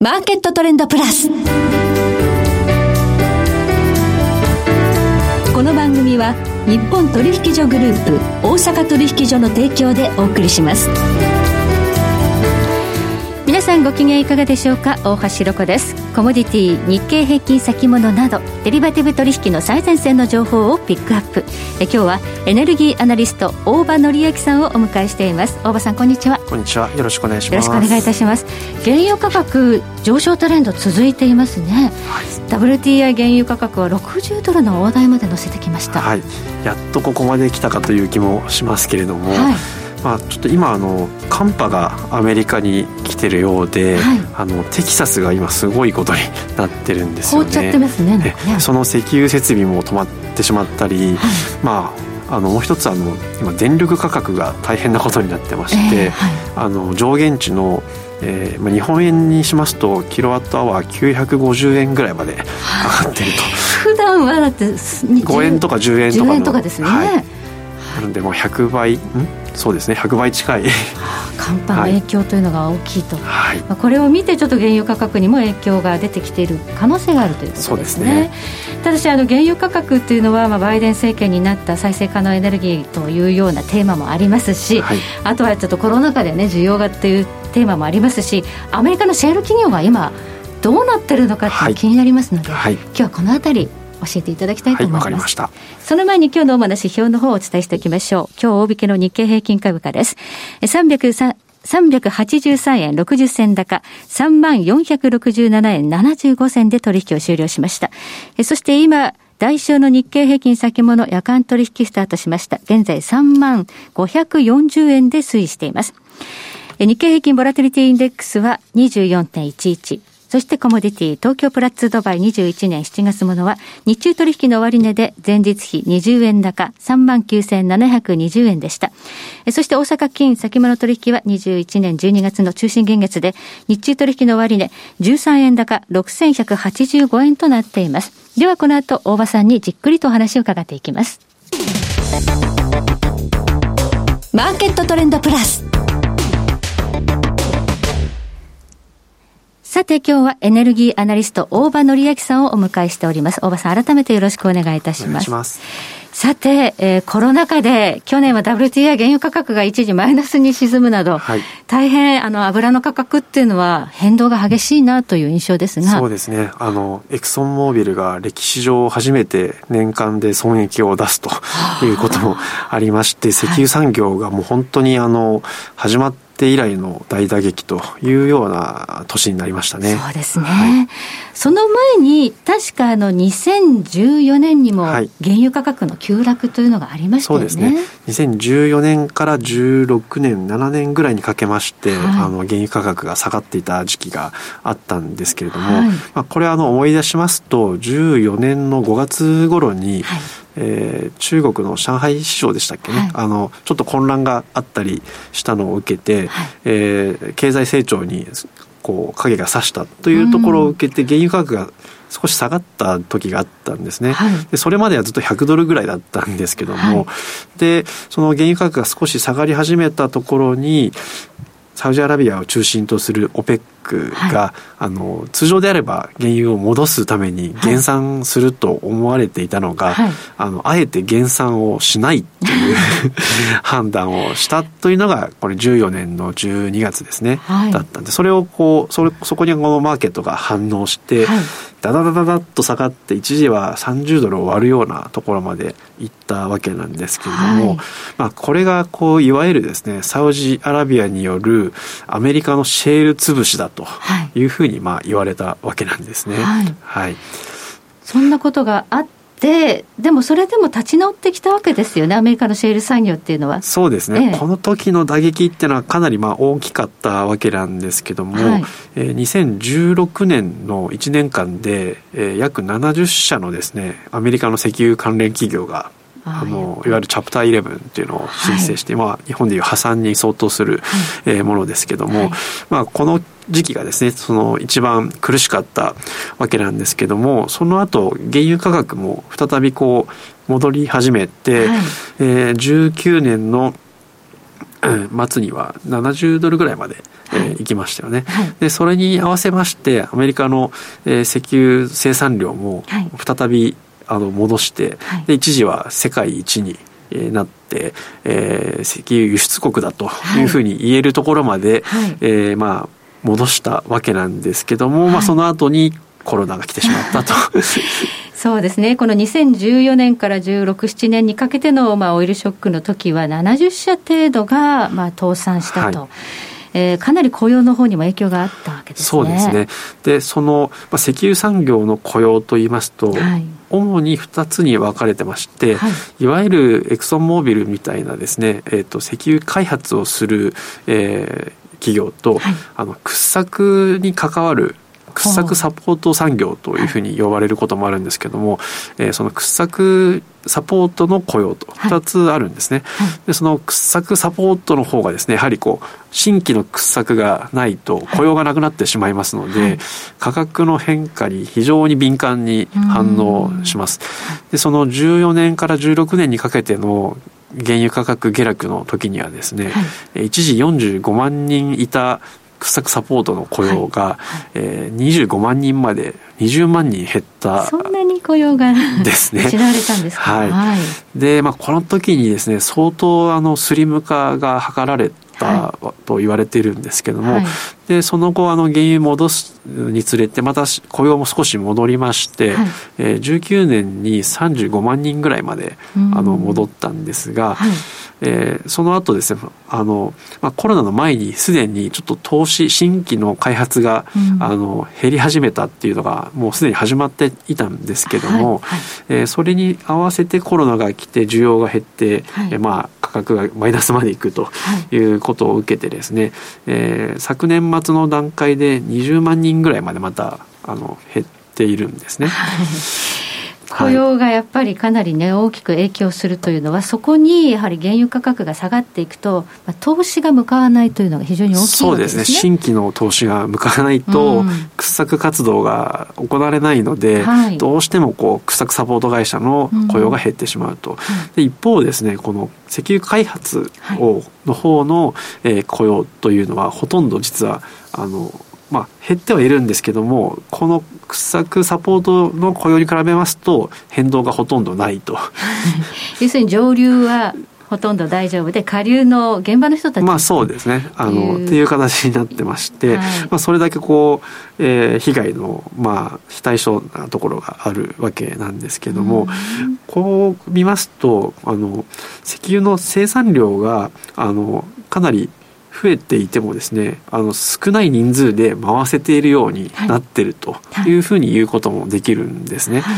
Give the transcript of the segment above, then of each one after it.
マーケットトレンドプラス。この番組は日本取引所グループ大阪取引所の提供でお送りします。皆さんご機嫌いかがでしょうか。大橋ロコです。コモディティ、日経平均先物などデリバティブ取引の最前線の情報をピックアップ。今日はエネルギーアナリスト大場紀明さんをお迎えしています。大場さん、こんにちは。 こんにちは、よろしくお願いします。 よろしくお願いいたします。原油価格上昇トレンド続いていますね、はい、WTI 原油価格は60ドルの大台まで乗せてきました、 はい、やっとここまで来たかという気もしますけれども、はい、ちょっと今寒波がアメリカに来てるようで、はい、テキサスが今すごいことになってるんですよね。 凍っちゃってますね。 その石油設備も止まってしまったり、はい、もう一つ今電力価格が大変なことになってまして、はい、上限値の日本円にしますとキロワットアワー950円ぐらいまで上がっていると、 普段はだって 5円とか10円とかの 10円とかですね、 はい、なのでもう100倍そうですね、100倍近い寒波の影響というのが大きいと、 はい、 これを見てちょっと原油価格にも影響が出てきている可能性があるということですね。 そうですね。 ただし原油価格というのは、バイデン政権になった再生可能エネルギーというようなテーマもありますし、はい、あとはちょっとコロナ禍でね需要がというテーマもありますし、アメリカのシェール企業が今どうなってるのかっていう気になりますので、はい、今日はこのあたり教えていただきたいと思います。 はい、わかりました。 その前に今日の主な指標の方をお伝えしておきましょう。今日大引けの日経平均株価です。383円60銭高、3467円75銭で取引を終了しました。そして今代償の日経平均先物夜間取引スタートしました。現在3540円で推移しています。日経平均ボラティリティインデックスは 24.11。そしてコモディティ東京プラッツドバイ21年7月ものは日中取引の終値で前日比20円高 39,720 円でした。そして大阪金先物取引は21年12月の中心現月で日中取引の終値13円高 6,185 円となっています。ではこの後大場さんにじっくりとお話を伺っていきます。マーケットトレンドプラス。さて今日はエネルギーアナリスト大場紀明さんをお迎えしております。大場さん、改めてよろしくお願いいたします。お願いします。さて、コロナ禍で去年は WTI 原油価格が一時マイナスに沈むなど、はい、大変油の価格っていうのは変動が激しいなという印象ですが。 そうですね。エクソンモービルが歴史上初めて年間で損益を出すということもありまして、石油産業がもう本当に始まって以来の大打撃というような年になりましたね。 そうですね、はい、その前に確か2014年にも原油価格の急落というのがありましたよね。 そうですね。2014年から16年7年ぐらいにかけまして、はい、原油価格が下がっていた時期があったんですけれども、はい、これ思い出しますと14年の5月頃に、はい、中国の上海市場でしたっけね、はい、ちょっと混乱があったりしたのを受けて、はい、経済成長に影が差したというところを受けて原油価格が少し下がった時があったんですね、はい、でそれまではずっと100ドルぐらいだったんですけども、はい、でその原油価格が少し下がり始めたところにサウジアラビアを中心とする OPEC が、はい、通常であれば原油を戻すために減産すると思われていたのが、はい、あえて減産をしないという判断をしたというのがこれ14年の12月ですね、はい、だったんで、それをそこにこのマーケットが反応して、はい、ダダダダダッと下がって一時は30ドルを割るようなところまで行ったわけなんですけれども、はい、これがいわゆるですねサウジアラビアによるアメリカのシェール潰しだというふうに言われたわけなんですね、はいはい、 そんなことがあってでもそれでも立ち直ってきたわけですよね、アメリカのシェール産業っていうのは。 そうですね、この時の打撃っていうのはかなり大きかったわけなんですけども、はい、2016年の1年間で、約70社のですねアメリカの石油関連企業がいわゆるチャプター11っていうのを申請して、はい、日本でいう破産に相当する、ものですけども、はい、この時期がですねその一番苦しかったわけなんですけども、その後原油価格も再び戻り始めて、はい、19年の末には$70ぐらいまで、行きましたよね、 はい、 でそれに合わせましてアメリカの、石油生産量も再び、戻して、はい、で一時は世界一になって、石油輸出国だというふうに言えるところまで、はいまあ、戻したわけなんですけども、はいまあ、その後にコロナが来てしまったとそうですね。この2014年から16、17年にかけての、オイルショックの時は70社程度が、倒産したと、はいかなり雇用の方にも影響があったわけですね。 そうですね。でその、石油産業の雇用といいますと、はい、主に2つに分かれてまして、はい、いわゆるエクソンモービルみたいなですね、石油開発をする、企業と、はい、掘削に関わる掘削サポート産業というふうに呼ばれることもあるんですけども、その掘削サポートの雇用と2つあるんですね、はいはい、でその掘削サポートの方がですねやはり新規の掘削がないと雇用がなくなってしまいますので、はい、価格の変化に非常に敏感に反応します。でその14年から16年にかけての原油価格下落の時にはですね、はい、一時45万人いた掘削サポートの雇用が、はい25万人まで20万人減った。 そんなに雇用がですね。 失われたんですか。 はい。はい、で、この時にですね、相当スリム化が図られたと言われているんですけども、はい、でその後原油戻すにつれてまた雇用も少し戻りまして、はい19年に35万人ぐらいまで戻ったんですが、はいその後ですねコロナの前にすでにちょっと投資新規の開発が、減り始めたっていうのがもうすでに始まっていたんですけども、はいはいそれに合わせてコロナが来て需要が減って、はい価格がマイナスまでいくということを受けてですね、昨年末の段階で20万人ぐらいまでまた減っているんですね。はい雇用がやっぱりかなりね大きく影響するというのはそこにやはり原油価格が下がっていくと、投資が向かわないというのが非常に大きいわけですね。 そうですね。新規の投資が向かわないと、掘削活動が行われないので、はい、どうしても掘削サポート会社の雇用が減ってしまうと、で一方ですねこの石油開発の方の、雇用というのはほとんど実は減ってはいるんですけどもこの掘削サポートの雇用に比べますと変動がほとんどないと要するに上流はほとんど大丈夫で下流の現場の人たちそうですねっていう形になってまして、はいそれだけ被害の非対称なところがあるわけなんですけども、こう見ますと石油の生産量がかなり増えていてもですね少ない人数で回せているようになっているというふうに言うこともできるんですね。はいはい、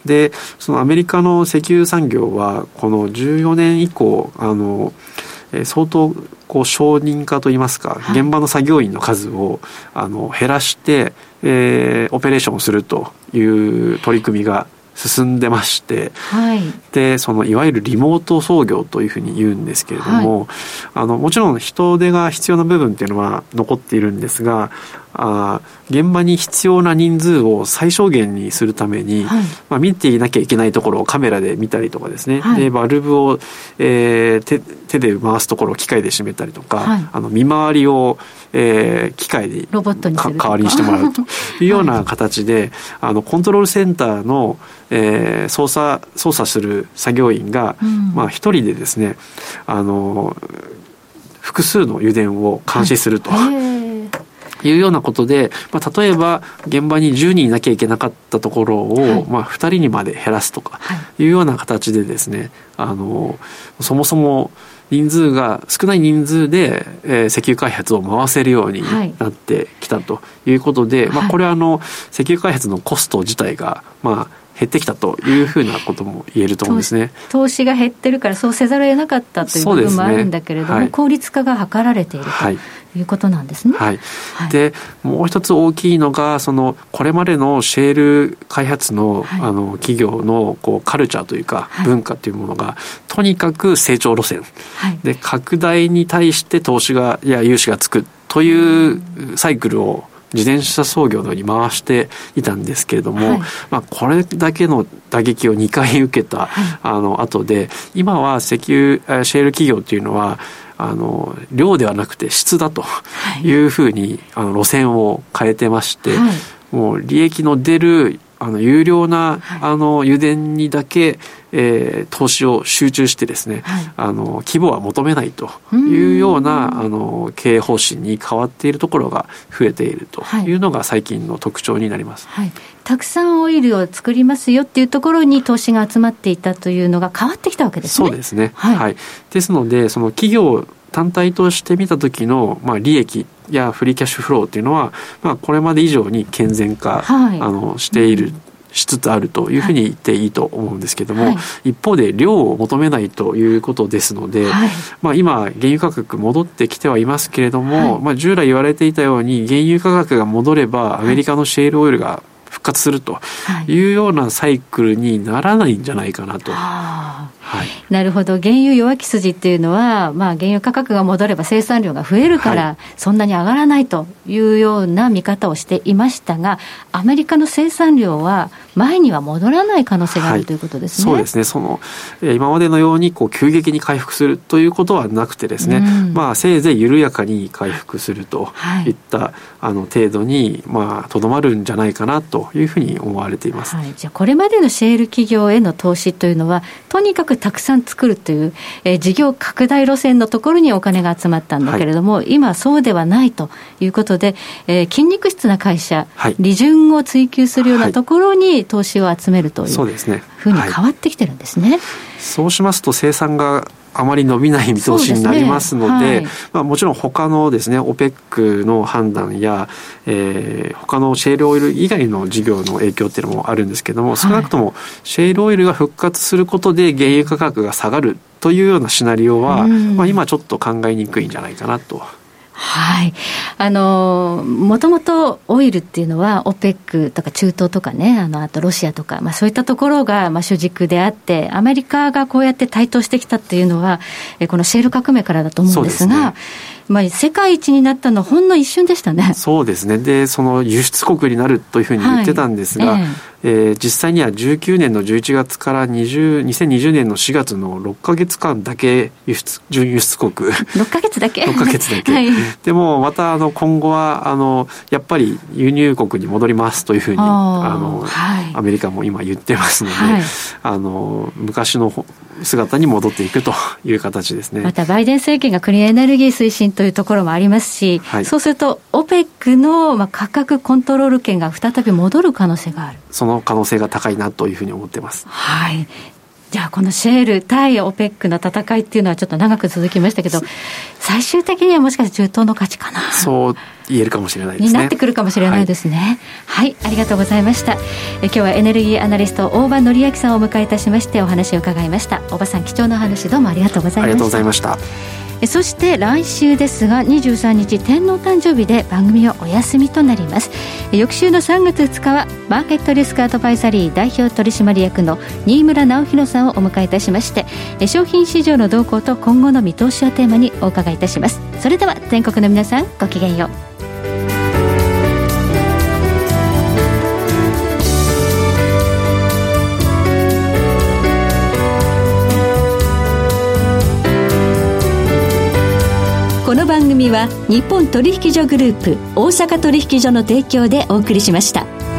でそのアメリカの石油産業はこの14年以降相当少人化といいますか、はい、現場の作業員の数を減らして、オペレーションをするという取り組みが進んでまして、はい、でいわゆるリモート操業というふうに言うんですけれども、はい、もちろん人手が必要な部分っていうのは残っているんですが現場に必要な人数を最小限にするために、はい見ていなきゃいけないところをカメラで見たりとかですね、はい、でバルブを、手で回すところを機械で締めたりとか、はい、見回りを、機械でロボットにする代わりにしてもらうというような形で、はい、コントロールセンターの、操作する作業員が、一人でですね複数の油田を監視すると、いうようなことで、例えば現場に10人いなきゃいけなかったところを、2人にまで減らすとかいうような形でですね、そもそも少ない人数で、石油開発を回せるようになってきたということで、これは石油開発のコスト自体が減ってきたというふうなことも言えると思うんですね。 投資が減ってるからそうせざるを得なかったという部分もあるんだけれども、効率化が図られているということなんですね。はいはい、でもう一つ大きいのがこれまでのシェール開発の、企業のカルチャーというか文化というものが、とにかく成長路線、で拡大に対して投資や融資がつくというサイクルを自転車操業のように回していたんですけれども、これだけの打撃を2回受けた、後で、今はシェール企業というのは量ではなくて質だというふうに路線を変えてまして、もう利益の出る有料な油田にだけ、投資を集中してですね、規模は求めないというような経営方針に変わっているところが増えているというのが最近の特徴になります。 たくさんオイルを作りますよっていうところに投資が集まっていたというのが変わってきたわけですね。 そうですね。ですので、その企業単体として見た時の、利益やフリーキャッシュフローというのは、これまで以上に健全化、している、しつつあるというふうに言っていいと思うんですけども、一方で量を求めないということですので、今原油価格戻ってきてはいますけれども、従来言われていたように原油価格が戻ればアメリカのシェールオイルが復活するというようなサイクルにならないんじゃないかなと。 なるほど。原油弱気筋っていうのは、原油価格が戻れば生産量が増えるから、そんなに上がらないというような見方をしていましたが、アメリカの生産量は前には戻らない可能性があるということですね。 そうですね。今までのように急激に回復するということはなくてですね、せいぜい緩やかに回復するといった、程度にとどまるんじゃないかなというふうに思われています。 じゃあこれまでのシェール企業への投資というのは、とにかくたくさん作るという、事業拡大路線のところにお金が集まったんだけれども、今そうではないということで、筋肉質な会社、利潤を追求するようなところに投資を集めるというふうに変わってきてるんですね。 そうしますと生産があまり伸びない見通しになりますので、もちろん他のですね、OPEC の判断や、他のシェールオイル以外の事業の影響っていうのもあるんですけども、少なくともシェールオイルが復活することで原油価格が下がるというようなシナリオは、今ちょっと考えにくいんじゃないかなと。 もともとオイルっていうのは OPEC とか中東とかね、あとロシアとか、そういったところが主軸であって、アメリカがこうやって台頭してきたっていうのはこのシェール革命からだと思うんですが、世界一になったのはほんの一瞬でしたね。 そうですね。で、その輸出国になるというふうに言ってたんですが、実際には19年の11月から2020年の4月の6ヶ月間だけ準輸出国 6ヶ月だけ 6ヶ月だけ、でもまた今後はやっぱり輸入国に戻りますというふうにアメリカも今言ってますので、昔の姿に戻っていくという形ですね。 またバイデン政権がクリーンエネルギー推進というところもありますし、そうすると OPEC の価格コントロール権が再び戻る可能性がある。 その可能性が高いなというふうに思っています。 じゃあこのシェール対 OPEC の戦いっていうのはちょっと長く続きましたけど、最終的にはもしかして中東の勝ちかな、 そう言えるかもしれないですね。 になってくるかもしれないですね。ありがとうございました。今日はエネルギーアナリスト大場紀明さんをお迎えいたしましてお話を伺いました。大場さん、貴重な話どうもありがとうございました。 ありがとうございました。 そして来週ですが23日天皇誕生日で番組はお休みとなります。翌週の3月2日はマーケットリスクアドバイザリー代表取締役の新村直弘さんをお迎えいたしまして、商品市場の動向と今後の見通しをテーマにお伺いいたします。それでは全国の皆さん、ごきげんよう。この番組は日本取引所グループ大阪取引所の提供でお送りしました。